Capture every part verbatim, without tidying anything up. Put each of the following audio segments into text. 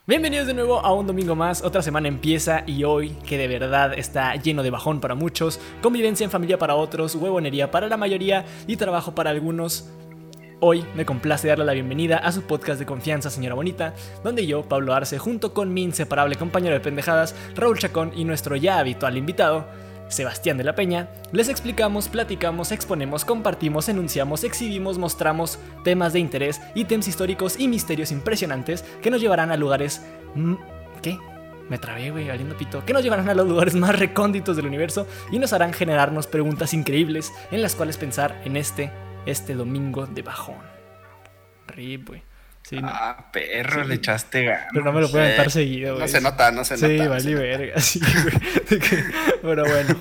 Bienvenidos de nuevo a un domingo más, otra semana empieza y hoy, que de verdad está lleno de bajón para muchos, convivencia en familia para otros, huevonería para la mayoría y trabajo para algunos. Hoy me complace darle la bienvenida a su podcast de confianza, Señora Bonita, donde yo, Pablo Arce, junto con mi inseparable compañero de pendejadas, Raúl Chacón, y nuestro ya habitual invitado, Sebastián de la Peña, les explicamos, platicamos, exponemos, compartimos, enunciamos, exhibimos, mostramos temas de interés, ítems históricos y misterios impresionantes que nos llevarán a lugares... ¿Qué? Me trabé, güey, valiendo pito. Que nos llevarán a los lugares más recónditos del universo y nos harán generarnos preguntas increíbles en las cuales pensar en este, este domingo de bajón. Rip, güey. Sí, no. Ah, perro, sí. Le echaste ganas. Pero no me lo puedo aventar sí. seguido, güey. No se nota, no se sí, nota. Sí, vale, verga, sí, güey. Pero bueno.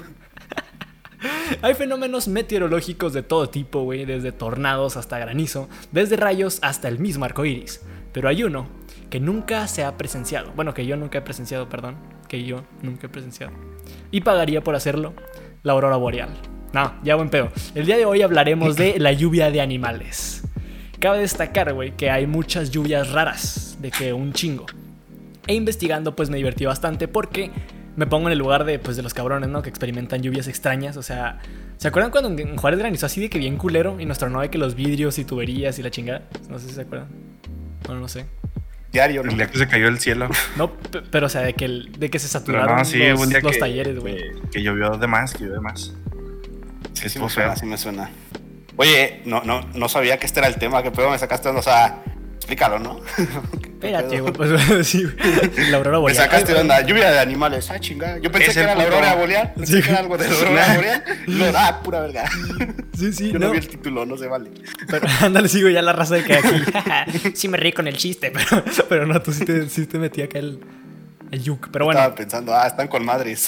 Hay fenómenos meteorológicos de todo tipo, güey. Desde tornados hasta granizo. Desde rayos hasta el mismo arco iris. Pero hay uno que nunca se ha presenciado. Bueno, que yo nunca he presenciado, perdón. Que yo nunca he presenciado. Y pagaría por hacerlo. La aurora boreal. No, ya buen pedo. El día de hoy hablaremos de la lluvia de animales. Cabe destacar, güey, que hay muchas lluvias raras, de que un chingo. E investigando, pues me divertí bastante porque me pongo en el lugar de, pues, de los cabrones, ¿no? Que experimentan lluvias extrañas, o sea... ¿Se acuerdan cuando en Juárez granizó así de que bien culero? Y nos tronó de que los vidrios y tuberías y la chingada. No sé si se acuerdan. No, no sé. Diario, ¿no? El día que se cayó el cielo. No, p- pero o sea, de que, el, de que se saturaron no, sí, los, un día los que, talleres, güey. Que, que llovió de más, que llovió de más. Sí, sí me suena, sí me suena. Oye, no, no, no sabía que este era el tema, que pedo me sacaste, o sea, explícalo, ¿no? Espérate, güey, pues sí, la aurora boreal. Me sacaste onda, lluvia de animales, ah, chingada. Yo pensé que era la aurora boreal, pensé sí. que era algo de la aurora boreal. No, ah, pura verga. Sí, sí, Yo no, no vi el título, no se vale. Pero ándale, sigo ya la raza de que aquí, sí me reí con el chiste, pero, pero no, tú sí te, sí te metí acá el, el yuk, pero bueno. Estaba pensando, ah, están con madres.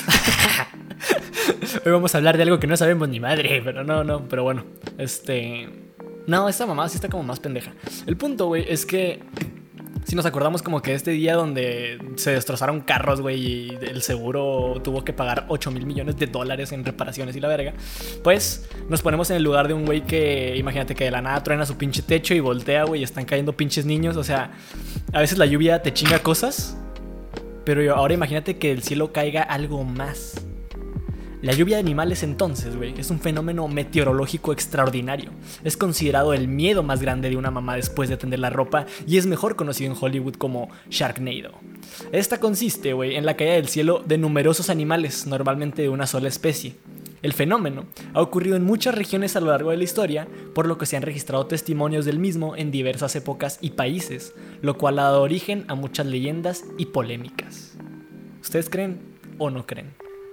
Hoy vamos a hablar de algo que no sabemos ni madre, pero no, no, pero bueno, este... No, esta mamá sí está como más pendeja. El punto, güey, es que si nos acordamos como que este día donde se destrozaron carros, güey, y el seguro tuvo que pagar ocho mil millones de dólares en reparaciones y la verga, pues nos ponemos en el lugar de un güey que, imagínate que de la nada truena su pinche techo y voltea, güey, y están cayendo pinches niños. O sea, a veces la lluvia te chinga cosas, pero ahora imagínate que del cielo caiga algo más. La lluvia de animales entonces, güey, es un fenómeno meteorológico extraordinario. Es considerado el miedo más grande de una mamá después de tender la ropa y es mejor conocido en Hollywood como Sharknado. Esta consiste, güey, en la caída del cielo de numerosos animales, normalmente de una sola especie. El fenómeno ha ocurrido en muchas regiones a lo largo de la historia, por lo que se han registrado testimonios del mismo en diversas épocas y países, lo cual ha dado origen a muchas leyendas y polémicas. ¿Ustedes creen o no creen?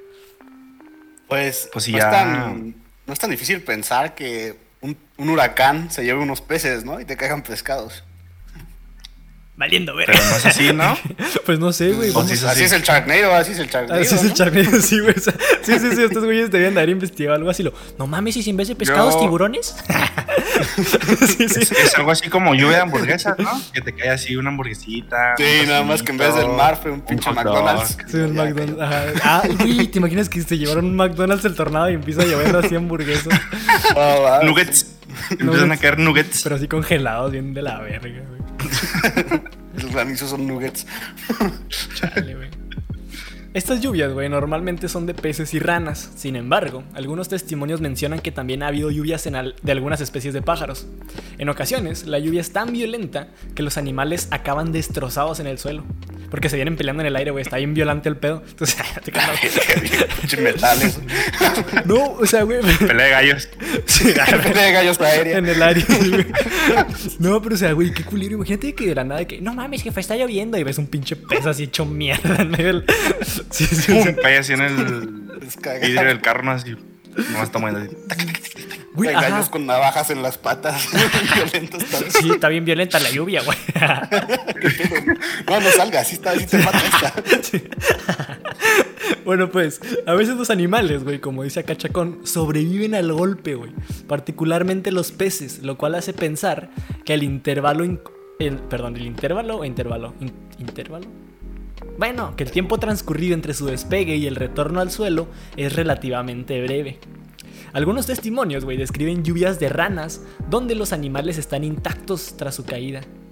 Pues, pues no, ya... es tan, no es tan difícil pensar que un, un huracán se lleve unos peces, ¿no? Y te caigan pescados. Valiendo verga. Pero no es así, ¿no? Pues no sé, güey. Pues así, así es el Sharknado, así es el Sharknado. Así es ¿no? el Sharknado, sí, güey. Sí, sí, sí, estos güeyes debían de haber investigado algo así. Lo, no mames, ¿y si en vez de pescados, Yo... tiburones? sí, sí. Es, es algo así como lluvia de hamburguesas, ¿no? Que te cae así una hamburguesita. Sí, un nada más que en vez del mar fue un pinche un McDonald's. Sí, un McDonald's. Ajá. Ah, güey, ¿te imaginas que se llevaron un McDonald's el tornado y empieza a llover así hamburguesas? Oh, wow. Nuggets. Empiezan a caer nuggets. Pero así congelados, bien de la verga, güey. Los granizos son nuggets. Chale, güey. Estas lluvias, güey, normalmente son de peces y ranas. Sin embargo, algunos testimonios mencionan que también ha habido lluvias en al- de algunas especies de pájaros. En ocasiones, la lluvia es tan violenta que los animales acaban destrozados en el suelo. Porque se vienen peleando en el aire, güey. Está bien violante el pedo. Entonces, te cagas. Pinche metales. No, o sea, güey. Pelea de gallos. Sí, Pelea de gallos aérea. en el aire, güey. No, pero o sea, güey, qué culero. Imagínate que de la nada de que, no mames, jefe, está lloviendo. Y ves un pinche pez así hecho mierda en medio del... Sí, sí, Un sí. pay así en el vidrio del carro, no así. No está muy así. Güey, Hay ajá. gallos con navajas en las patas. Violentos también. Sí, está bien violenta la lluvia, güey. No, no salgas, así está, así te mata esta. Sí. Bueno, pues, a veces los animales, güey, como dice acá Chacón, sobreviven al golpe, güey. Particularmente los peces, lo cual hace pensar que el intervalo... In- el, perdón, el intervalo o intervalo... In- ¿Intervalo? Bueno, que el tiempo transcurrido entre su despegue y el retorno al suelo es relativamente breve. Algunos testimonios, güey, describen lluvias de ranas donde los animales están intactos tras su caída.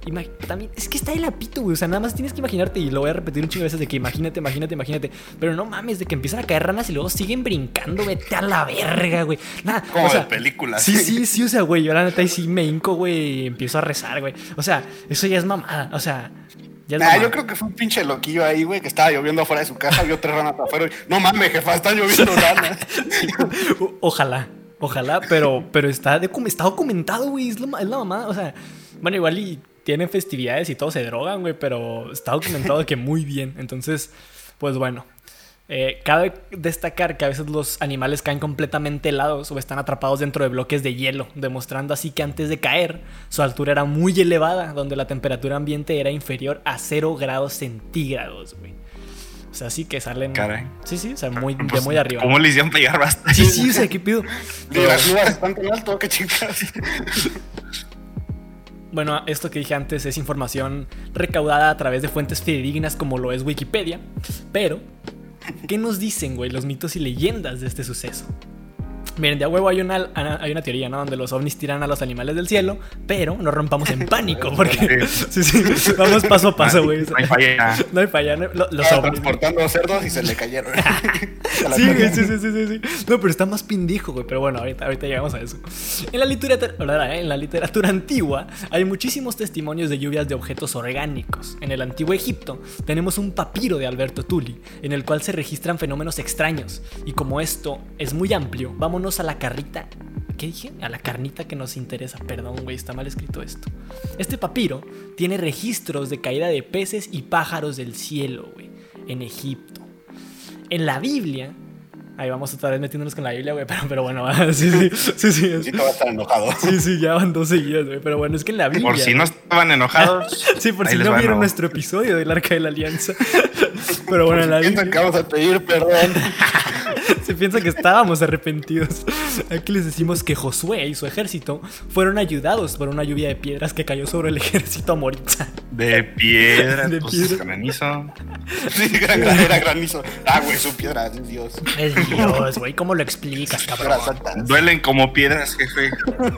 Ima- también, es que está el apito, güey. O sea, nada más tienes que imaginarte, y lo voy a repetir un chingo de veces, de que imagínate, imagínate, imagínate. Pero no mames, de que empiezan a caer ranas y luego siguen brincando, vete a la verga, güey. Nada, como o sea, de películas. Sí, sí, sí, o sea, güey, yo la neta ahí sí me hinco, güey, y empiezo a rezar, güey. O sea, eso ya es mamada, o sea... Ya Nah, yo creo que fue un pinche loquillo ahí, güey, que estaba lloviendo afuera de su casa, vio tres ranas afuera y, no mames, jefa, están lloviendo ranas. O- Ojalá, ojalá, pero, pero está, docu- está documentado, güey, es, la- es la mamada, o sea, bueno, igual y tienen festividades y todos se drogan, güey, pero está documentado que muy bien, entonces, pues bueno. Eh, cabe destacar que a veces los animales caen completamente helados o están atrapados dentro de bloques de hielo, demostrando así que antes de caer su altura era muy elevada, donde la temperatura ambiente era inferior a cero grados centígrados, güey. O sea, sí que salen... Caray. Sí, sí, o sea, muy, Pues, de muy arriba. ¿Cómo le hicieron para llegar bastante? Sí, sí, o sea, ¿qué pido? Y las nubes están tan alto, qué chingados. Bueno, esto que dije antes es información recaudada a través de fuentes fidedignas como lo es Wikipedia, pero... ¿qué nos dicen, güey, los mitos y leyendas de este suceso? Miren, de a huevo hay una, hay una teoría, ¿no? Donde los ovnis tiran a los animales del cielo, pero no rompamos en pánico, porque... sí, sí, vamos paso a paso, güey. No hay falla. No hay falla, no- lo- los Estaba ovnis. transportando cerdos y se le cayeron. Se la Sí, güey, comieron. sí, sí, sí, sí, sí. No, pero está más pendejo, güey. Pero bueno, ahorita, ahorita llegamos a eso. En la, literatura, en la literatura antigua hay muchísimos testimonios de lluvias de objetos orgánicos. En el antiguo Egipto tenemos un papiro de Alberto Tulli, en el cual se registran fenómenos extraños. Y como esto es muy amplio, vámonos a la carrita. ¿Qué dije? A la carnita que nos interesa. Perdón, güey, está mal escrito esto. Este papiro tiene registros de caída de peces y pájaros del cielo, güey, en Egipto. En la Biblia, ahí vamos otra vez metiéndonos con la Biblia, güey, pero, pero bueno, sí, sí, sí, sí, Sí, te va a estar enojado. sí, sí, ya van dos seguidas, güey, pero bueno, es que en la Biblia... Por si no estaban enojados. Sí, por ahí si les no va, vieron ¿no? nuestro episodio del Arca de la Alianza. Pero bueno, en la Piensan Biblia... que vamos a pedir perdón. Se piensa que estábamos arrepentidos. Aquí les decimos que Josué y su ejército fueron ayudados por una lluvia de piedras que cayó sobre el ejército amorita. De piedra, De pues, piedra. granizo. Sí, gran, gran- era granizo. Ah, güey, su piedra, es Dios. Es Dios, güey, ¿cómo lo explicas, Piedra cabrón? santa. Duelen como piedras, jefe.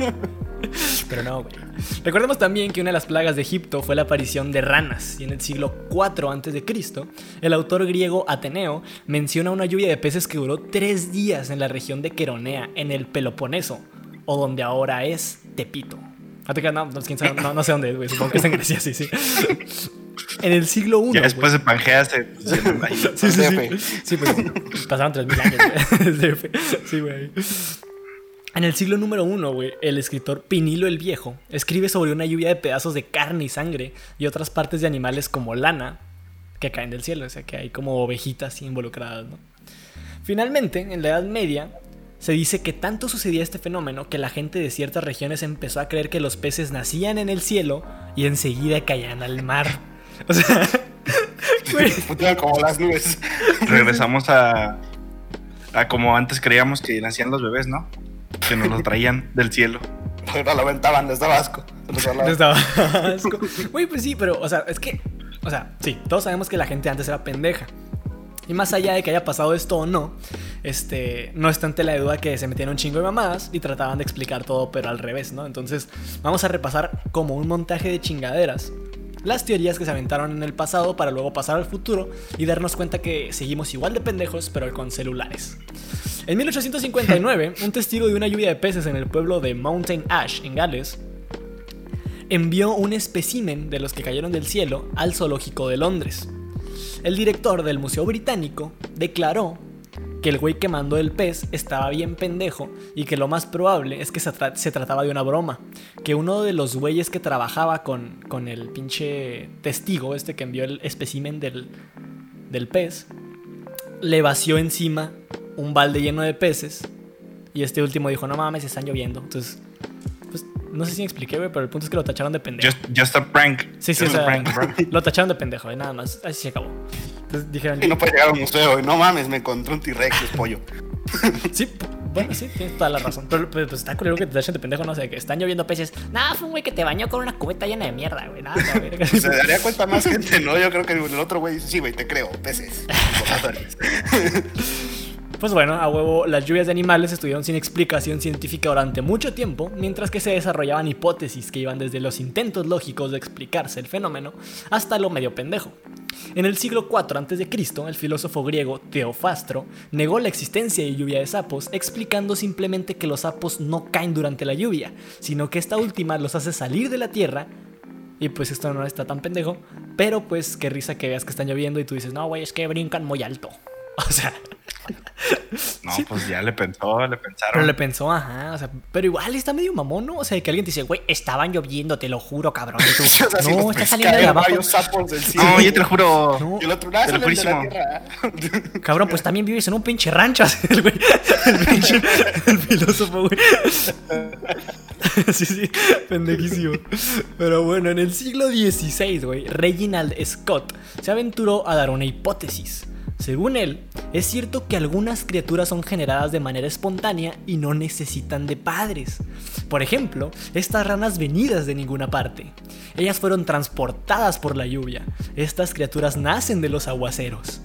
Pero no, güey. Recordemos también que una de las plagas de Egipto fue la aparición de ranas, y en el siglo cuatro antes de Cristo, el autor griego Ateneo menciona una lluvia de peces que duró tres días en la región de Queronea, en el Peloponeso, o donde ahora es Tepito. Ah, te quedas- No, no, quién sabe, no, no sé dónde es, güey, supongo que es en Grecia, sí, sí. En el siglo uno, Ya después de Pangea se güey. pusieron ahí. Sí, sí, sí. D F. Sí, pues pasaron tres mil años, güey. D F. Sí, güey. En el siglo número uno, güey, el escritor Pinilo el Viejo escribe sobre una lluvia de pedazos de carne y sangre y otras partes de animales como lana que caen del cielo, o sea que hay como ovejitas involucradas, ¿no? Finalmente, en la Edad Media, se dice que tanto sucedía este fenómeno que la gente de ciertas regiones empezó a creer que los peces nacían en el cielo y enseguida caían al mar. O sea, güey, Funcionan como las nubes. Regresamos a, a como antes creíamos que nacían los bebés, ¿no? Que nos los traían del cielo. No lo aventaban, les daba asco. Se los hablaba. les daba asco. Güey, pues sí, pero, o sea, es que, o sea, sí, todos sabemos que la gente antes era pendeja. Y más allá de que haya pasado esto o no, este, no está ante la duda que se metían un chingo de mamadas y trataban de explicar todo, pero al revés, ¿no? Entonces, vamos a repasar como un montaje de chingaderas las teorías que se aventaron en el pasado para luego pasar al futuro y darnos cuenta que seguimos igual de pendejos, pero con celulares. En mil ochocientos cincuenta y nueve, un testigo de una lluvia de peces en el pueblo de Mountain Ash, en Gales, envió un espécimen de los que cayeron del cielo al zoológico de Londres. El director del Museo Británico declaró que el güey que mandó el pez estaba bien pendejo y que lo más probable es que se, tra- se trataba de una broma. Que uno de los güeyes que trabajaba con, con el pinche testigo, este que envió el espécimen del, del pez, le vació encima un balde lleno de peces y este último dijo, no mames, están lloviendo. Entonces, pues, no sé si me expliqué, güey, pero el punto es que lo tacharon de pendejo. Just, just a prank. Sí, sí, o Just a sea, prank, bro. lo tacharon de pendejo, eh, nada más, así se acabó. Entonces dijeron, Y no puede llegar a un museo y no mames, me encontré un T-Rex, es pollo. sí, p- bueno, sí, tienes toda la razón. Pero pues, pues, está culero que te tachen de pendejo, no sé, que están lloviendo peces. Nada, fue un güey que te bañó con una cubeta llena de mierda, güey. Nada, la verga. Se daría cuenta más gente, ¿no? Yo creo que el otro güey dice, sí, güey, te creo, peces. Pues bueno, a huevo, las lluvias de animales estuvieron sin explicación científica durante mucho tiempo, mientras que se desarrollaban hipótesis que iban desde los intentos lógicos de explicarse el fenómeno hasta lo medio pendejo. En el siglo cuatro antes de Cristo, el filósofo griego Teofastro negó la existencia de lluvia de sapos, explicando simplemente que los sapos no caen durante la lluvia, sino que esta última los hace salir de la tierra. Y pues esto no está tan pendejo, pero pues qué risa que veas que están lloviendo y tú dices, no, güey, es que brincan muy alto. O sea... No, sí. Pues ya le pensó, le pensaron. Pero le pensó, ajá, o sea, pero igual está medio mamón, ¿no? O sea, que alguien te dice, güey, estaban lloviendo, te lo juro, cabrón. Y tú, Sí, o sea, si no, nos está saliendo de caen abajo. varios sapos del cielo. No, yo te lo juro. No. Y el otro lado Te lo salen de la purísimo. tierra. Cabrón, pues también vives en un pinche rancho, así, el güey. El pinche, el filósofo, güey. Sí, sí, pendejísimo. Pero bueno, en el siglo dieciséis, güey, Reginald Scott se aventuró a dar una hipótesis. Según él, es cierto que algunas criaturas son generadas de manera espontánea y no necesitan de padres. Por ejemplo, estas ranas venidas de ninguna parte. Ellas fueron transportadas por la lluvia. Estas criaturas nacen de los aguaceros.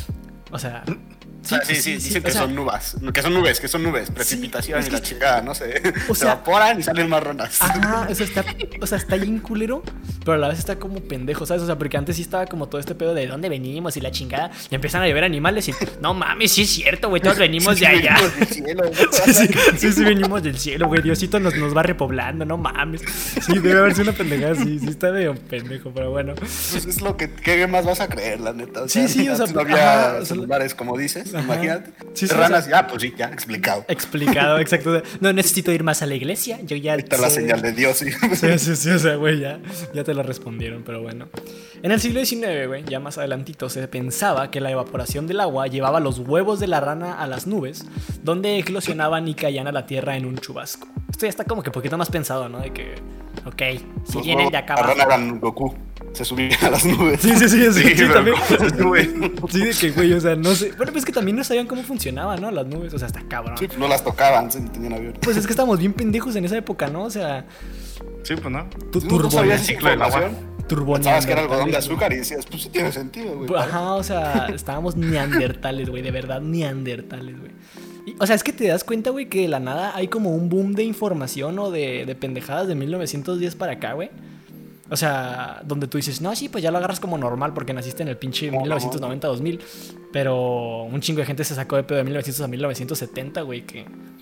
O sea... Sí, sí, sí, sí, dicen que o sea, son nubes, que son nubes, que son nubes, precipitación sí, y la es que- chingada, no sé. O Se sea- evaporan y salen marronas. Ajá, o sea, está, o sea, está bien culero, pero a la vez está como pendejo, ¿sabes? O sea, porque antes sí estaba como todo este pedo de dónde venimos y la chingada, y empiezan a llover animales y no mames, sí es cierto, güey, todos venimos Sí, de allá. venimos del cielo, ¿no? Sí, sí, sí, sí, venimos del cielo, güey, Diosito nos, nos va repoblando, no mames. Sí, debe haber sido una pendejada, sí, sí está medio pendejo, pero bueno. Pues es lo que, ¿qué más vas a creer, la neta? O Sí, sí, o sea, antes no había ajá, o sea, celulares, como dices, ajá. imagínate. Sí, sí, Ranas, o sea- ya, pues sí, ya, explicado. Explicado, exacto. o sea, No necesito ir más a la iglesia, yo ya... Ahí está la sé- señal de Dios, sí. Sí, sí, sí, o sea, güey, ya, ya te lo respondieron, pero bueno. En el siglo diecinueve, güey, ya más adelantito, se pensaba que la evaporación del agua llevaba los huevos de la rana a las nubes, donde eclosionaban y caían a la tierra en un chubasco. Esto ya está como que poquito más pensado, ¿no? De que, ok, si Los vienen huevos de acá la rana abajo... eran Goku, se subían a las nubes. Sí, sí, sí, sí, sí, pero también. ¿cómo se sube? Sí, de que, güey, o sea, no sé. Bueno, pues es que también no sabían cómo funcionaban, ¿no? Las nubes, o sea, está cabrón. Sí, pues no las tocaban, sí, tenían aviones. Pues es que estábamos bien pendejos en esa época, ¿no? O sea, Sí, pues no. tu Sí, ¿no turbo. sabías esa ciclo del agua. información? Turbo Sabes que era algodón de neandertales, azúcar y decías, pues sí tiene sentido, güey. güey. Ajá, o sea, estábamos neandertales, güey, de verdad, neandertales, güey. Y, o sea, es que te das cuenta, güey, que de la nada hay como un boom de información o de, de pendejadas de mil novecientos diez para acá, güey. O sea, donde tú dices, no, sí, pues ya lo agarras como normal porque naciste en el pinche No, mil novecientos noventa dos mil. Pero un chingo de gente se sacó de pedo de mil novecientos a mil novecientos setenta, güey, que,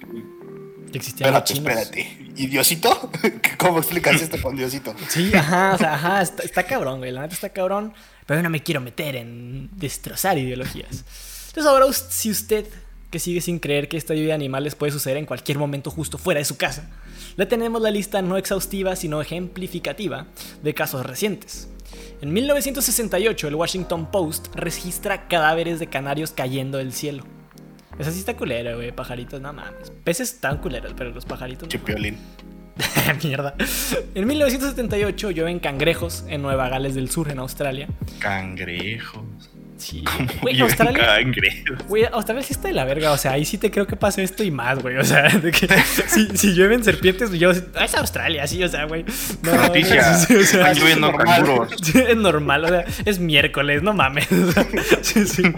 que existían los Espérate, chinos. espérate. ¿Y Diosito? ¿Cómo explicas esto con Diosito? Sí, ajá, o sea, ajá, está, está cabrón, güey, la neta está cabrón. Pero yo no me quiero meter en destrozar ideologías. Entonces ahora, us- si usted que sigue sin creer que esta lluvia de animales puede suceder en cualquier momento justo fuera de su casa, le tenemos la lista no exhaustiva, sino ejemplificativa de casos recientes. En mil novecientos sesenta y ocho, el Washington Post registra cadáveres de canarios cayendo del cielo. Esa sí está culera, güey, pajaritos, no mames. Peces están culeros, pero los pajaritos no. Chipiolín. Mierda. En mil novecientos setenta y ocho llueven cangrejos en Nueva Gales del Sur, en Australia. Cangrejos. Sí. ¿Cómo Güey, llueven Australia. cangrejos? Güey, Australia sí está de la verga. O sea, ahí sí te creo que pasa esto y más, güey. O sea, de que si, si llueven serpientes, yo. Es Australia, sí, o sea, güey. No, Noticia. sí, sí, o sea, Están lloviendo normal. canguros. sí, es normal, o sea, es miércoles, no mames. O sea, sí, sí.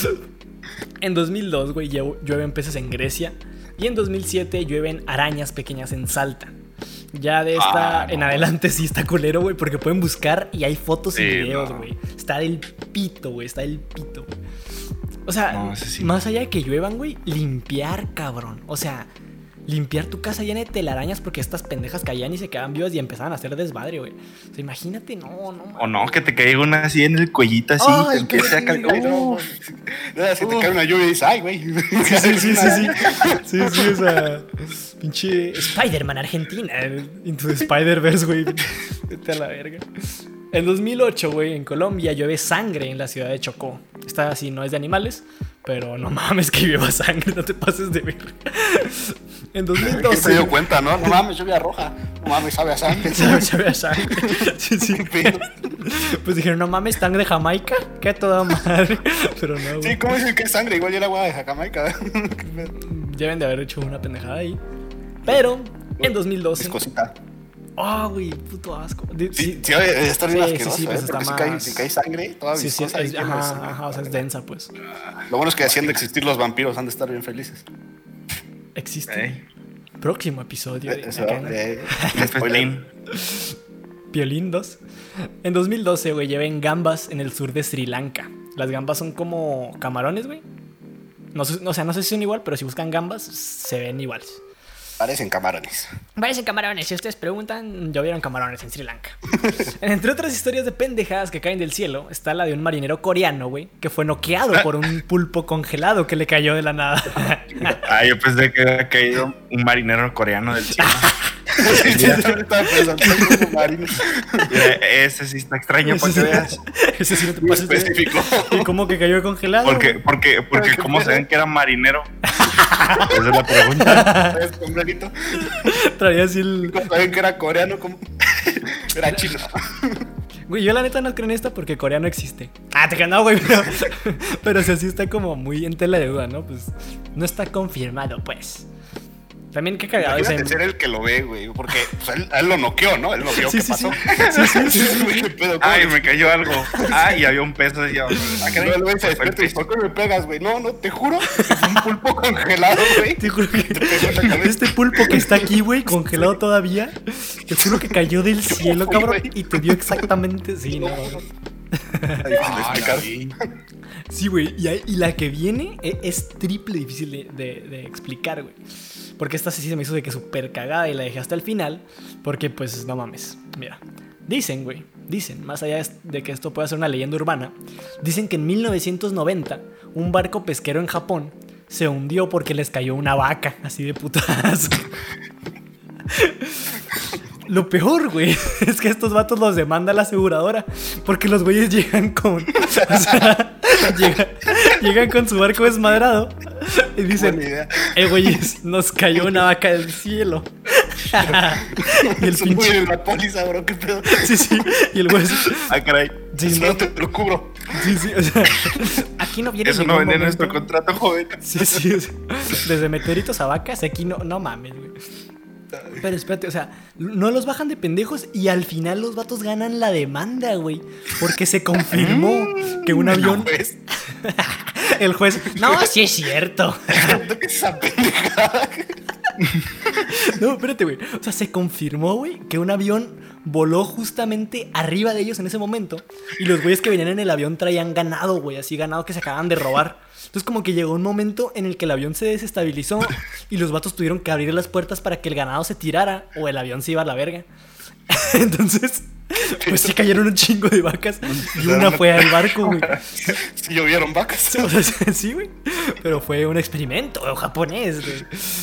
En dos mil dos, güey, llu- llueven peces en Grecia. Y en dos mil siete llueven arañas pequeñas en Salta. Ya de esta Ah, no. en adelante sí está culero, güey, porque pueden buscar y hay fotos y Sí, videos, no. güey. Está del pito, güey, está del pito, güey. O sea, No, ese sí. más allá de que lluevan, güey, limpiar, cabrón. O sea, limpiar tu casa llena de telarañas porque estas pendejas caían y se quedaban vivas y empezaban a hacer desmadre, güey. O sea, imagínate, no, no. O no, que te caiga una así en el cuellito así. Ay, te empiece a qué calcar. Ay, no, Uf. no, si te cae una lluvia y dices, ay, güey. Sí, sí, sí, sí, sí. Sí, sí, o sea, pinche Spider-Man Argentina. Into the Spider-Verse, güey. Vete a la verga. En dos mil ocho, güey, en Colombia llueve sangre en la ciudad de Chocó. Esta así no es de animales, pero no mames que llueva sangre, no te pases de verga. En dos mil Que doce. se dio cuenta, ¿no? No mames, lluvia roja. No mames, sabe a sangre. Sabe, sabe a sangre. Sí, sí. Pero- Pues dijeron, no mames, ¿están de Jamaica? Que a toda madre. Pero no, güey. Sí, ¿cómo dicen que es sangre? Igual ya era agua de Jamaica. Deben de haber hecho una pendejada ahí. Pero en dos mil doce. Es cosita. Oh, güey, puto asco. De, Sí, sí, sí, debe estar bien sí, asqueroso, sí, pues ¿eh? está Porque si más- cae, si cae sangre, toda sí, sí, viscosa es, y llena de ajá, sangre. ajá, o sea, es densa, pues. Lo bueno es que hacían de existir los vampiros, han de estar bien felices. Existe. Ey, Próximo episodio de, Eso, acá, ¿no? eh, Spoiler. Piolín dos. En dos mil doce, güey, lleven gambas en el sur de Sri Lanka. Las gambas son como camarones, güey. No, sé- o sea, no sé si son igual, pero si buscan gambas, se ven iguales. Parecen camarones. Parecen camarones, si ustedes preguntan, llovieron camarones en Sri Lanka. Entre otras historias de pendejadas que caen del cielo, está la de un marinero coreano, güey, que fue noqueado por un pulpo congelado que le cayó de la nada. Ah, yo pensé que había caído un marinero coreano del cielo. Sí, sí, estaba pensando en un marino. Mira, ese sí está extraño para que veas. Ese sí no te Muy pases de- específico. ¿Y cómo que cayó congelado? Porque, porque, porque, ¿Qué ¿cómo pedo? saben que era marinero? Esa es la pregunta. ¿Sabes, sombrerito? Traía así el... ¿Cómo saben que era coreano? ¿Cómo? Era chino. Güey, yo la neta no creo en esta porque coreano existe. Ah, te ganó, güey, pero... pero o sea, sí está como muy en tela de duda, ¿no? Pues no está confirmado, pues. También qué cagado. O sea, Imagínate ser el que lo ve, güey. Porque pues, él, a él lo noqueó, ¿no? Él no vio Sí, qué sí, pasó. sí. Sí, sí, sí, Güey, ¿qué pedo? ¿Cómo Ay, le- me cayó algo. Ah, y había un peso. Y yo, ah, No, caray, el güey se fue el despierta y peso. ¿por qué me pegas, güey? No, no, te juro que es un pulpo congelado, güey. te juro que Te pegó en la cabeza. este pulpo que está aquí, güey, congelado todavía, te juro que cayó del cielo, fui, cabrón, güey. y te dio exactamente... Sí, no. Ay, difícil de explicar. sí. Sí, güey, y, hay- y la que viene e- es triple difícil de, de- de explicar, güey. Porque esta sí se me hizo de que súper cagada y la dejé hasta el final. Porque, pues, no mames. Mira, dicen, güey, dicen, más allá de que esto pueda ser una leyenda urbana, dicen que en mil novecientos noventa un barco pesquero en Japón se hundió porque les cayó una vaca, así de putazo. Lo peor, güey, es que estos vatos los demanda la aseguradora. Porque los güeyes llegan con... O sea, llega- llegan con su barco desmadrado y dicen... Buena idea. Eh, güeyes, nos cayó una vaca del cielo. Y el Es un güey pinche... de la póliza, bro, qué pedo. Sí, sí, y el güey... Ah, caray. Sí, Eso no, no te lo cubro. sí, sí, o sea... Aquí no viene Eso no ningún venía en momento. nuestro contrato, joven. Sí, sí, o sea, desde meteoritos a vacas, aquí no, no mames, güey. Pero espérate, o sea, no los bajan de pendejos y al final los vatos ganan la demanda, güey. Porque se confirmó que un avión... Pues, El juez... No, sí es cierto. ¿qué es esa pendejada? No, espérate, güey. O sea, se confirmó, güey, que un avión voló justamente arriba de ellos en ese momento. Y los güeyes que venían en el avión traían ganado, güey. Así ganado que se acaban de robar. Entonces como que llegó un momento en el que el avión se desestabilizó y los vatos tuvieron que abrir las puertas para que el ganado se tirara o el avión se iba a la verga. Entonces, pues sí cayeron un chingo de vacas y una fue al barco, güey. Si llovieron vacas. O sea, sí, güey. Pero fue un experimento japonés, güey.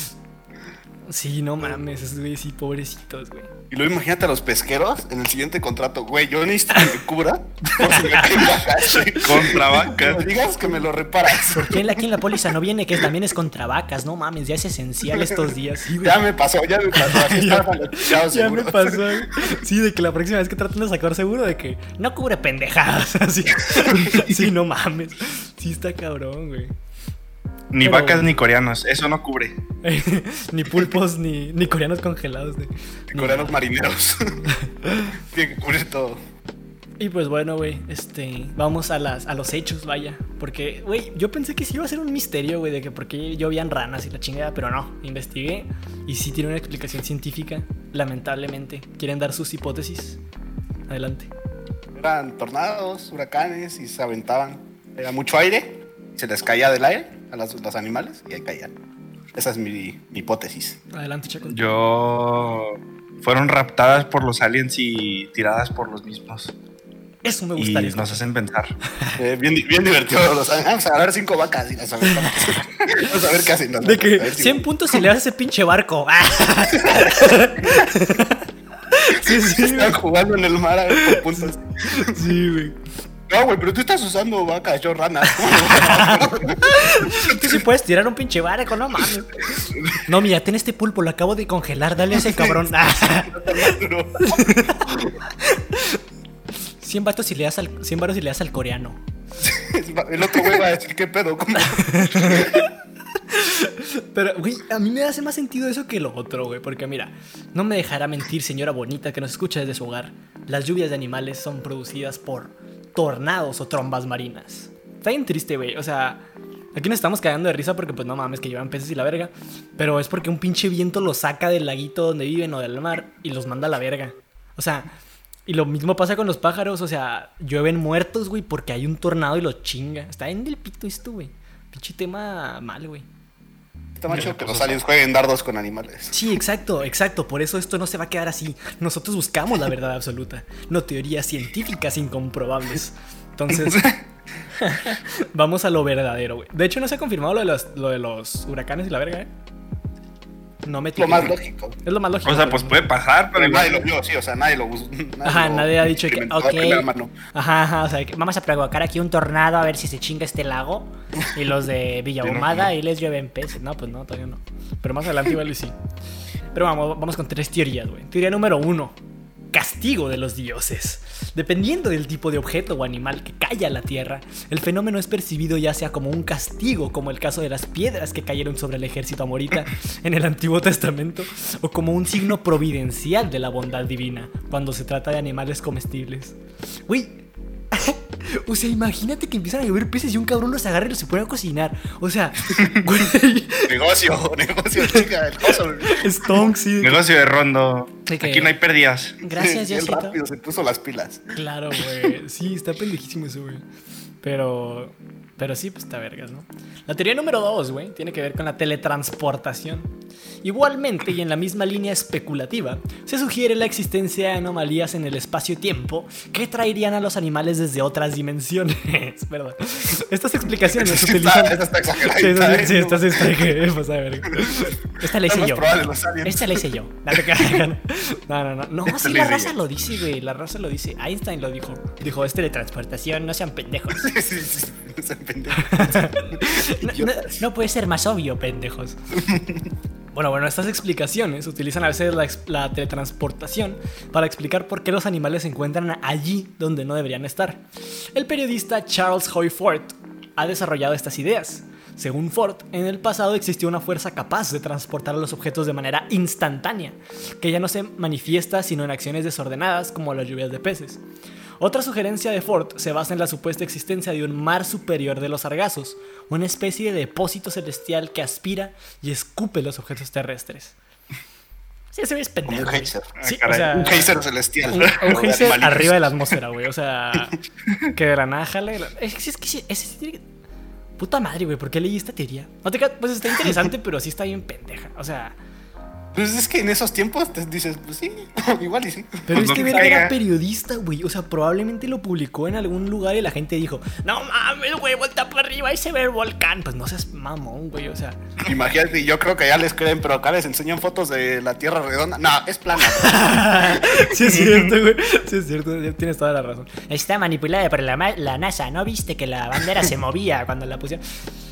Sí, no mames, esos güeyes sí, pobrecitos, güey. Y luego imagínate a los pesqueros en el siguiente contrato. Güey, yo necesito que me cubra por si me caen vacas, güey. Contra vacas. No me digas que me lo reparas. ¿Por qué aquí en la póliza no viene que también es contra vacas? No mames, ya es esencial estos días. Sí, güey. Ya me pasó, ya me pasó. Así Ya- estaban los chavos, Ya seguro. me pasó, güey. Sí, de que la próxima vez que traten de sacar seguro de que no cubre pendejadas. Así. Sí, no mames. Sí está cabrón, güey. Ni Pero- vacas ni coreanos. Eso no cubre. Ni pulpos, ni, ni coreanos congelados. güey. Ni Coreanos nada. marineros. Tiene que cubrir todo. Y pues bueno, güey, este, vamos a las a los hechos, vaya, porque, güey, yo pensé que sí iba a ser un misterio, güey, de que por qué llovían ranas y la chingada, pero no, investigué y sí tiene una explicación científica, lamentablemente. ¿Quieren dar sus hipótesis? Adelante. Eran tornados, huracanes y se aventaban. Era mucho aire, se les caía del aire a los, los animales y ahí caían. Esa es mi, mi hipótesis. Adelante, Chaco. Yo. Fueron raptadas por los aliens y tiradas por los mismos. Eso me Y gustaría. nos hacen pensar. Eh, bien, bien divertido. Los, vamos a agarrar cinco vacas y las aventamos. Vamos a ver qué hacen. De que cien puntos si le das ese pinche barco. Ah. Sí, sí, Están jugando en el mar a ver por puntos. sí, güey. No, güey, pero tú estás usando vacas, yo ranas. Tú sí puedes tirar un pinche barco, no mames. No, mira, ten este pulpo, lo acabo de congelar, dale a ese cabrón. cien vatos si le das al cien varos si le das al coreano. El otro güey va a decir, ¿qué pedo? ¿Cómo? Pero, güey, a mí me hace más sentido eso que lo otro, güey. Porque, mira, no me dejará mentir, señora bonita que nos escucha desde su hogar. Las lluvias de animales son producidas por tornados o trombas marinas. Está bien triste, güey. O sea, aquí nos estamos cagando de risa porque, pues, no mames, que llevan peces y la verga. Pero es porque un pinche viento los saca del laguito donde viven o del mar y los manda a la verga. O sea, y lo mismo pasa con los pájaros. O sea, llueven muertos, güey, porque hay un tornado y los chinga. Está en del pito esto, güey. Pinche tema mal, güey. Está más chido que los aliens jueguen dardos con animales. Sí, exacto, exacto. Por eso esto no se va a quedar así. Nosotros buscamos la verdad absoluta, no teorías científicas incomprobables. Entonces, vamos a lo verdadero, güey. De hecho, no se ha confirmado lo de los, lo de los huracanes y la verga, ¿eh? No me Lo más lógico. Es lo más lógico. O sea, pues puede pasar, pero Pero nadie igual. lo vio, sí, o sea, nadie lo buscó. Ajá, nadie ha dicho que, experimentó de primera ok, mano. ajá, ajá, o sea, que vamos a provocar aquí un tornado a ver si se chinga este lago. Y los de Villahumada y les llueven peces. No, pues no, todavía no. Pero más adelante igual y sí. Pero vamos, vamos con tres teorías, güey. Teoría número uno. Castigo de los dioses. Dependiendo del tipo de objeto o animal que cae a la tierra, el fenómeno es percibido ya sea como un castigo, como el caso de las piedras que cayeron sobre el ejército amorita en el Antiguo Testamento, o como un signo providencial de la bondad divina, cuando se trata de animales comestibles. Güey, o sea, imagínate que empiezan a llover peces y un cabrón los agarra y los se pone a cocinar. O sea, güey. Negocio, negocio, chica, el coso. Stonks, sí. Negocio de rondo. Sí, que- Aquí no hay pérdidas. Gracias, Bien Diosito. rápido se puso las pilas. Claro, güey. Sí, está pendejísimo eso, güey. Pero. Pero sí, pues está vergas, ¿no? La teoría número dos, güey, tiene que ver con la teletransportación. Igualmente, y en la misma línea especulativa, se sugiere la existencia de anomalías en el espacio-tiempo que traerían a los animales desde otras dimensiones. Perdón. Estas explicaciones Esta se utilizan. esta está exagerada. Sí, esta- ¿eh? sí, esta sí está que pasa de verga. Esta la Es hice más yo. probable los aliens. Esta la hice yo. No te cagan. No, no, no. No, Esta sí, la la hice raza yo. lo dice, güey. La raza lo dice. Einstein lo dijo. Dijo, es teletransportación, no sean pendejos. Sí, sí, sí, no sean pendejos. No, no- no puede ser más obvio, pendejos. Bueno, bueno, estas explicaciones utilizan a veces la, ex- la teletransportación para explicar por qué los animales se encuentran allí donde no deberían estar. El periodista Charles Hoy Ford ha desarrollado estas ideas. Según Ford, en el pasado existió una fuerza capaz de transportar a los objetos de manera instantánea, que ya no se manifiesta sino en acciones desordenadas como las lluvias de peces. Otra sugerencia de Ford se basa en la supuesta existencia de un mar superior de los sargazos, una especie de depósito celestial que aspira y escupe los objetos terrestres. Sí, ese güey es pendejo. Un güey. geyser. Sí, Ah, o sea, Un geyser celestial. un, un geyser Animalitos. arriba de la atmósfera, güey. O sea, que de la nada jale. Es que, es que sí, ese sí tiene que- Puta madre, güey, ¿por qué leí esta teoría? No te ca- Pues está interesante, pero sí está bien pendeja. O sea, Pues es que en esos tiempos te dices, pues sí, igual y sí. pero Pues este no te verga era caiga. periodista, güey. O sea, probablemente lo publicó en algún lugar y la gente dijo, no mames, güey, vuelta para arriba y se ve el volcán. Pues no seas mamón, güey, o sea. Imagínate, yo creo que ya les creen, pero acá les enseñan fotos de la Tierra redonda. No, es plana. Sí es cierto, güey. Sí es cierto, tienes toda la razón. Está manipulada por la, ma- la NASA. ¿No viste que la bandera se movía cuando la pusieron?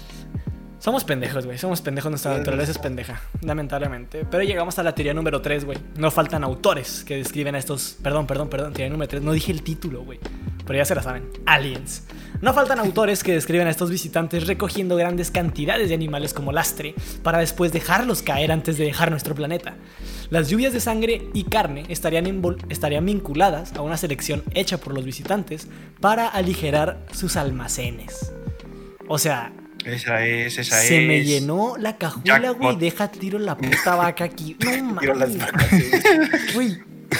Somos pendejos, güey. Somos pendejos. Nuestra naturaleza es pendeja, lamentablemente. Pero llegamos a la teoría número tres, güey. No faltan autores que describen a estos... Perdón, perdón, perdón. Teoría número tres. No dije el título, güey. Pero ya se la saben. Aliens. No faltan autores que describen a estos visitantes recogiendo grandes cantidades de animales como lastre para después dejarlos caer antes de dejar nuestro planeta. Las lluvias de sangre y carne estarían, invol- estarían vinculadas a una selección hecha por los visitantes para aligerar sus almacenes. O sea, Esa es, esa es. se me llenó la cajuela, Jackpot. güey. Deja tiro la puta vaca aquí. No Tiro las mames. vacas. Sí. Güey.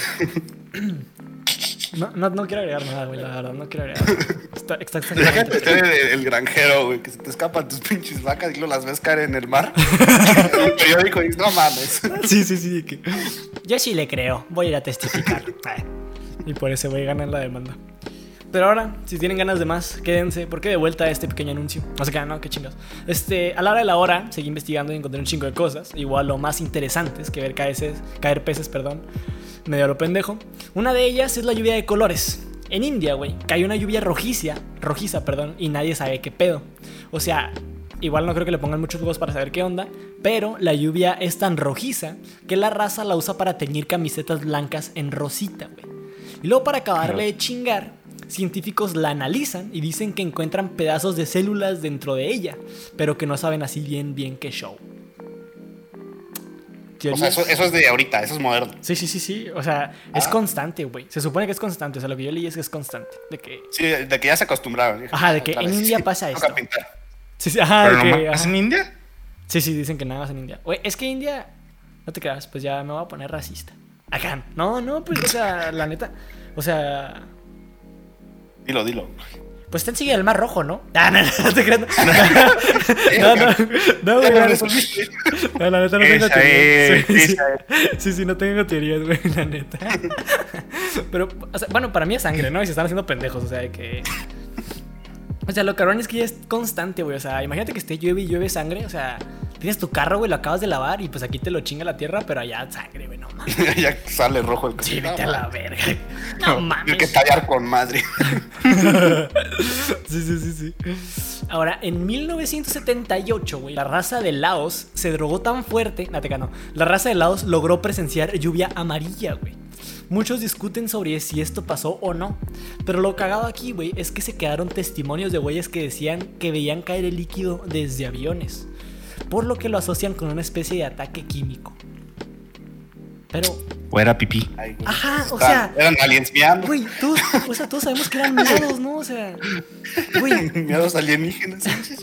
No, no, no quiero agregar nada, güey. La verdad, no quiero agregar nada. Está, está Imagínate exageradamente. ser el, el granjero, güey, que se te escapan tus pinches vacas y luego las ves caer en el mar. En un periódico y dices, no mames. Sí, sí, sí. Que... Yo sí le creo. Voy a ir a testificar. Y por ese güey ganan la demanda. Pero ahora, si tienen ganas de más, quédense, porque de vuelta a este pequeño anuncio. No se quedan, no, qué chingados. Este, a la hora de la hora, seguí investigando y encontré un chingo de cosas. Igual lo más interesantes que ver caeces, caer peces, perdón. Medio a lo pendejo. Una de ellas es la lluvia de colores. En India, güey, cae una lluvia rojiza, rojiza, perdón, y nadie sabe qué pedo. O sea, igual no creo que le pongan muchos huevos para saber qué onda, pero la lluvia es tan rojiza que la raza la usa para teñir camisetas blancas en rosita, güey. Y luego para acabarle de chingar, científicos la analizan y dicen que encuentran pedazos de células dentro de ella, pero que no saben así bien bien qué show. O sea, eso, eso es de ahorita, eso es moderno. Sí, sí, sí, sí. O sea, ah. es constante, güey. Se supone que es constante. O sea, lo que yo leí es que es constante. De que... Sí, de que ya se acostumbraron. Ajá, de que en vez. India pasa esto. Sí, sí, ajá. ¿Pero de no que, más ajá. en India? Sí, sí, dicen que nada más en India. Güey, es que India... No te creas, pues ya me voy a poner racista. Acá. No, no, pues, o sea, la neta. O sea... Dilo, dilo. Pues está enseguida el Mar Rojo, ¿no? Ah, no, no, no te creas. No, no, no, güey. No, la neta no tengo teorías. Sí, sí, sí, sí, no tengo teorías, güey, la neta. Pero, o sea, bueno, para mí es sangre, ¿no? Y se están haciendo pendejos, o sea, de que... O sea, lo cabrón es que ya es constante, güey. O sea, imagínate que esté llueve y llueve sangre. O sea, tienes tu carro, güey, lo acabas de lavar y pues aquí te lo chinga la tierra, pero allá sangre, güey, no mames. Ya sale rojo el coche. Sí, vete a la verga. No mames. Hay que tallar con madre. Sí, sí, sí, sí. Ahora, en mil novecientos setenta y ocho, güey, la raza de Laos se drogó tan fuerte. No, te ganó. La raza de Laos logró presenciar lluvia amarilla, güey. Muchos discuten sobre si esto pasó o no, pero lo cagado aquí, güey, es que se quedaron testimonios de güeyes que decían que veían caer el líquido desde aviones, por lo que lo asocian con una especie de ataque químico. Pero... O era pipí. Ay, ajá, o sea... Eran aliens miando. Güey, todos, o sea, todos sabemos que eran miados, ¿no? O sea... Güey... Miados alienígenas.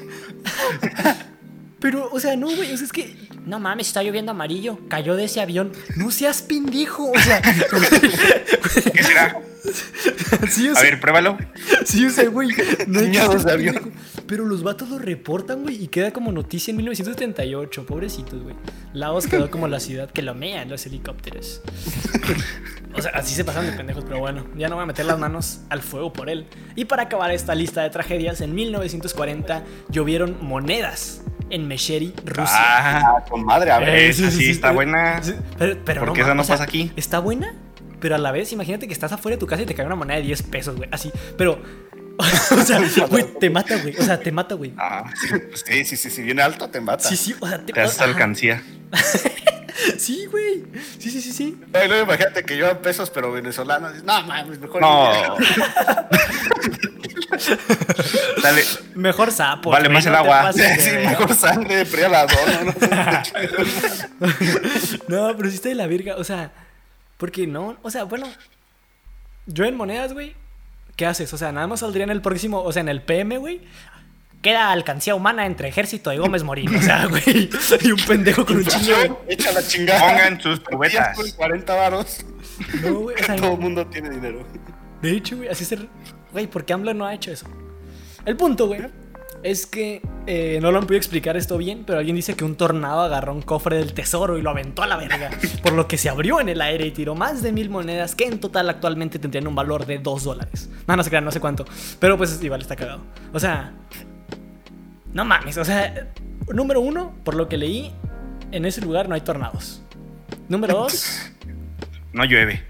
Pero, o sea, no, güey, o sea, es que... No mames, está lloviendo amarillo. Cayó de ese avión. No seas pendejo, o sea... ¿Qué será? Sí, o A sea, ver, pruébalo. sí, o sea, güey. No hay que Miados ser de avión. pendejo. Pero los vatos lo reportan, güey, y queda como noticia en mil novecientos setenta y ocho. Pobrecitos, güey. Laos quedó como la ciudad que lo mean los helicópteros. O sea, así se pasan de pendejos, pero bueno, ya no voy a meter las manos al fuego por él. Y para acabar esta lista de tragedias, en mil novecientos cuarenta llovieron monedas en Mesheri, Rusia. Ah, con madre, a ver. Eh, sí, sí, sí, está buena. Sí, pero, pero ¿Por no, qué eso ma- no o sea, pasa aquí? Está buena, pero a la vez, imagínate que estás afuera de tu casa y te cae una moneda de diez pesos, güey. Así, pero... O sea, güey, te mata, güey. O sea, te mata, güey. Ah, sí, sí, sí, si viene alto te mata. Sí, sí, o sea, te, Te haces ajá. alcancía. Sí, güey. Sí, sí, sí, sí. Ay, luego imagínate que yo pesos, pero venezolanos. No, mames, mejor. No. Dale. Mejor sapo. Vale güey, más el no te agua. pases de Sí, verga. mejor sangre, prialador, no, no sé. No, pero sí está de la verga. O sea, porque no. O sea, bueno. Yo en monedas, güey. ¿Qué haces? O sea, nada más saldría en el próximo. O sea, en el P M, güey. Queda alcancía humana entre Ejército y Gómez Morín. O sea, güey. Y un pendejo con un chingo de... Echa la chingada. Pongan sus cubetas. Por cuarenta varos. No, güey. O sea, Todo el mundo tiene dinero. de hecho, güey, así se... Güey, ¿por qué AMLO no ha hecho eso? El punto, güey, es que eh, no lo han podido explicar esto bien, pero alguien dice que un tornado agarró un cofre del tesoro y lo aventó a la verga, por lo que se abrió en el aire y tiró más de mil monedas que en total actualmente tendrían un valor de dos dólares. No, no se crean, no sé cuánto, pero pues igual está cagado. O sea, no mames, o sea, número uno, por lo que leí, en ese lugar no hay tornados. Número dos... No llueve.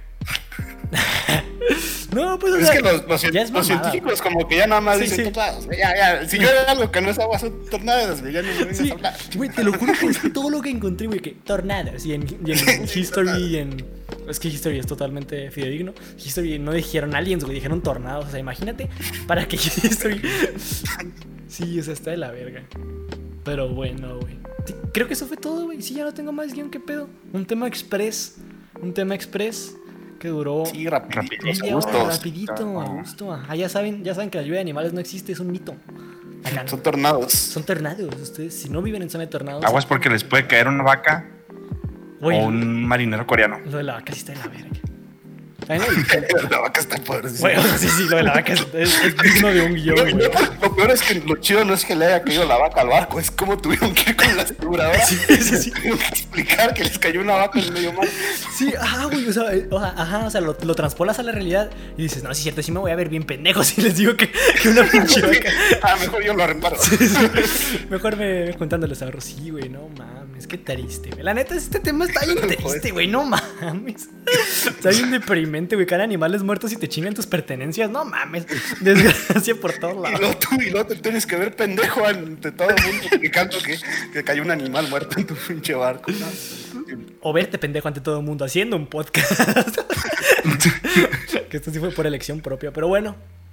No, pues o Es sea, que los, los, ya es los mamada, científicos como que ya nada más Sí, dicen sí. tornados. Ya, ya, si llueve algo que no es agua son tornados, güey, ya no me vengas Sí, a hablar. güey, te lo juro que es todo lo que encontré, güey, que tornados y en, y en History y en... Es que History es totalmente fidedigno. History no dijeron aliens, güey, dijeron tornados. O sea, imagínate para que History... Sí, o sea, está de la verga. Pero bueno, güey. Sí, creo que eso fue todo, güey. Sí, ya no tengo más guión, ¿qué pedo? Un tema express. Un tema express que duró... Sí, rapidito, media a hora, gustos. rapidito, a gusto. Ah, ya saben, ya saben que la lluvia de animales no existe, es un mito. Acá no. Son tornados. Son tornados. Ustedes, si no viven en zona de tornados... Aguas porque les puede caer una vaca Güey, o un marinero coreano. lo de la vaca sí está de la verga. También el- La vaca está poderosa. Güey, o sea, sí, sí, lo de la vaca es, es- es digno de un guión, güey. Lo peor es que lo chido no es que le haya caído la vaca al barco, es como tuvieron que ir con la aseguradora. Sí, sí, sí. Tuvieron que explicar que les cayó una vaca en medio mar. Sí, ajá, güey, o sea, eh, o sea, ajá, o sea, lo, lo transpolas a la realidad y dices, no, sí es cierto, sí me voy a ver bien pendejo si les digo que, que una pinche vaca. Ah, mejor yo lo reparo. Mejor me, me contando los ahorros. Sí, güey, no mames, qué triste, güey. La neta, este tema está bien triste, güey, no mames. Está bien deprimente, güey. Caen animales muertos y te chingan tus pertenencias. No mames. Desgracia por todos Y lados. luego tú y luego te tienes que ver pendejo ante todo el mundo explicando que, que cayó un animal muerto en tu pinche barco. ¿No? O verte pendejo ante todo el mundo haciendo un podcast. Que esto sí fue por elección propia. Pero bueno,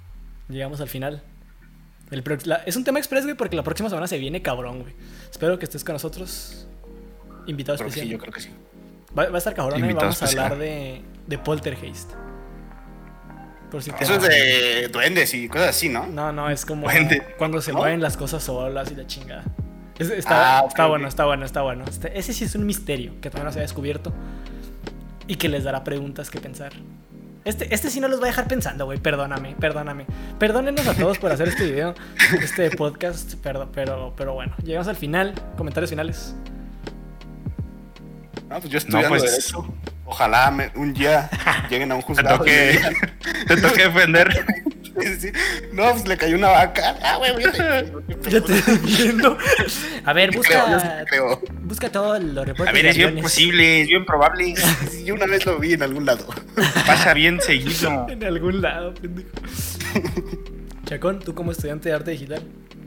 llegamos al final. El pro- la- es un tema express, güey, porque la próxima semana se viene cabrón, güey. Espero que estés con nosotros. Invitado Creo que especial. sí, yo creo que sí. Va, va a estar cabrón, ¿eh? Invitado Vamos a especial. hablar de, de Poltergeist. Por si te- Eso es de duendes y cosas así, ¿no? No, no, es como Duende. cuando se ¿No? mueven las cosas solas y la chingada. Es- está Ah, ok, está bueno, ok. está bueno, está bueno. Este- ese sí es un misterio que todavía no se ha descubierto y que les dará preguntas que pensar. Este, este sí no los va a dejar pensando, güey. Perdóname, perdóname. Perdónenos a todos por hacer este video, este podcast, pero, pero, pero bueno. Llegamos al final. Comentarios finales. No, pues yo estudiando pues- derecho. Ojalá me- un día lleguen a un Te juzgado. y me toque, digan, te toque defender. sí, sí. No, pues le cayó una vaca. Ah, güey, güey. Ya te entiendo. A ver, Yo creo, yo sí busca, creo. busca todos los reportes A ver, de es bien aviones. posible, es bien probable. Sí, yo una vez lo vi en algún lado. Pasa bien seguido. En algún lado, pendejo. Chacón, tú como estudiante de arte digital.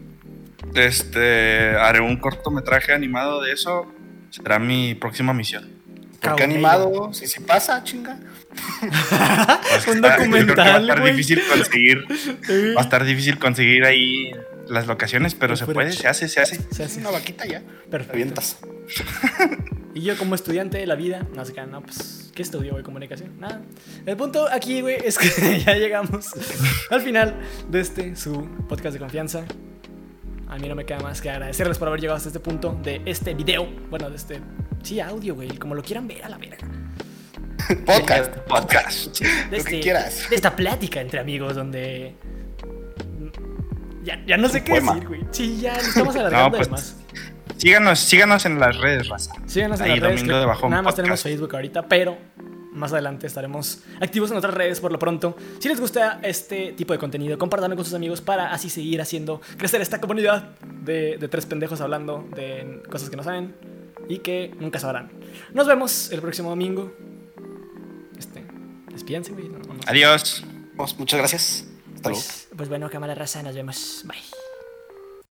Este, haré un cortometraje animado de eso. Será mi próxima misión. ¿Por qué Cabrón. animado? Si se pasa, chinga. Pues Un está- yo creo que va a documental, estar güey. difícil conseguir. Va a estar difícil conseguir ahí las locaciones, pero se puede, se hace, se hace. Se hace. Una vaquita ya. Perfecto. Revientas. Y yo como estudiante de la vida, no sé qué, no, pues, ¿qué estudio, güey? Comunicación, nada. El punto aquí, güey, es que ya llegamos al final de este, su podcast de confianza. A mí no me queda más que agradecerles por haber llegado hasta este punto de este video. Bueno, de este, sí, audio, güey, como lo quieran ver a la verga. Podcast. Podcast. De, Lo este- que quieras. de esta plática entre amigos donde... Ya, ya no sé Un qué poema. decir, güey. Sí, ya le estamos alargando No, pues, de más. Síganos, síganos en las redes, raza. Síganos en Ahí, las redes. Domingo que de Bajón nada más Podcast. tenemos Facebook ahorita, pero más adelante estaremos activos en otras redes por lo pronto. Si les gusta este tipo de contenido, compártanlo con sus amigos para así seguir haciendo crecer esta comunidad de, de tres pendejos hablando de cosas que no saben y que nunca sabrán. Nos vemos el próximo domingo. Este, despídense, güey. No, no sé. Adiós. Pues, muchas gracias. Hasta luego. Pues, pues bueno, cámara raza, nos vemos. Bye.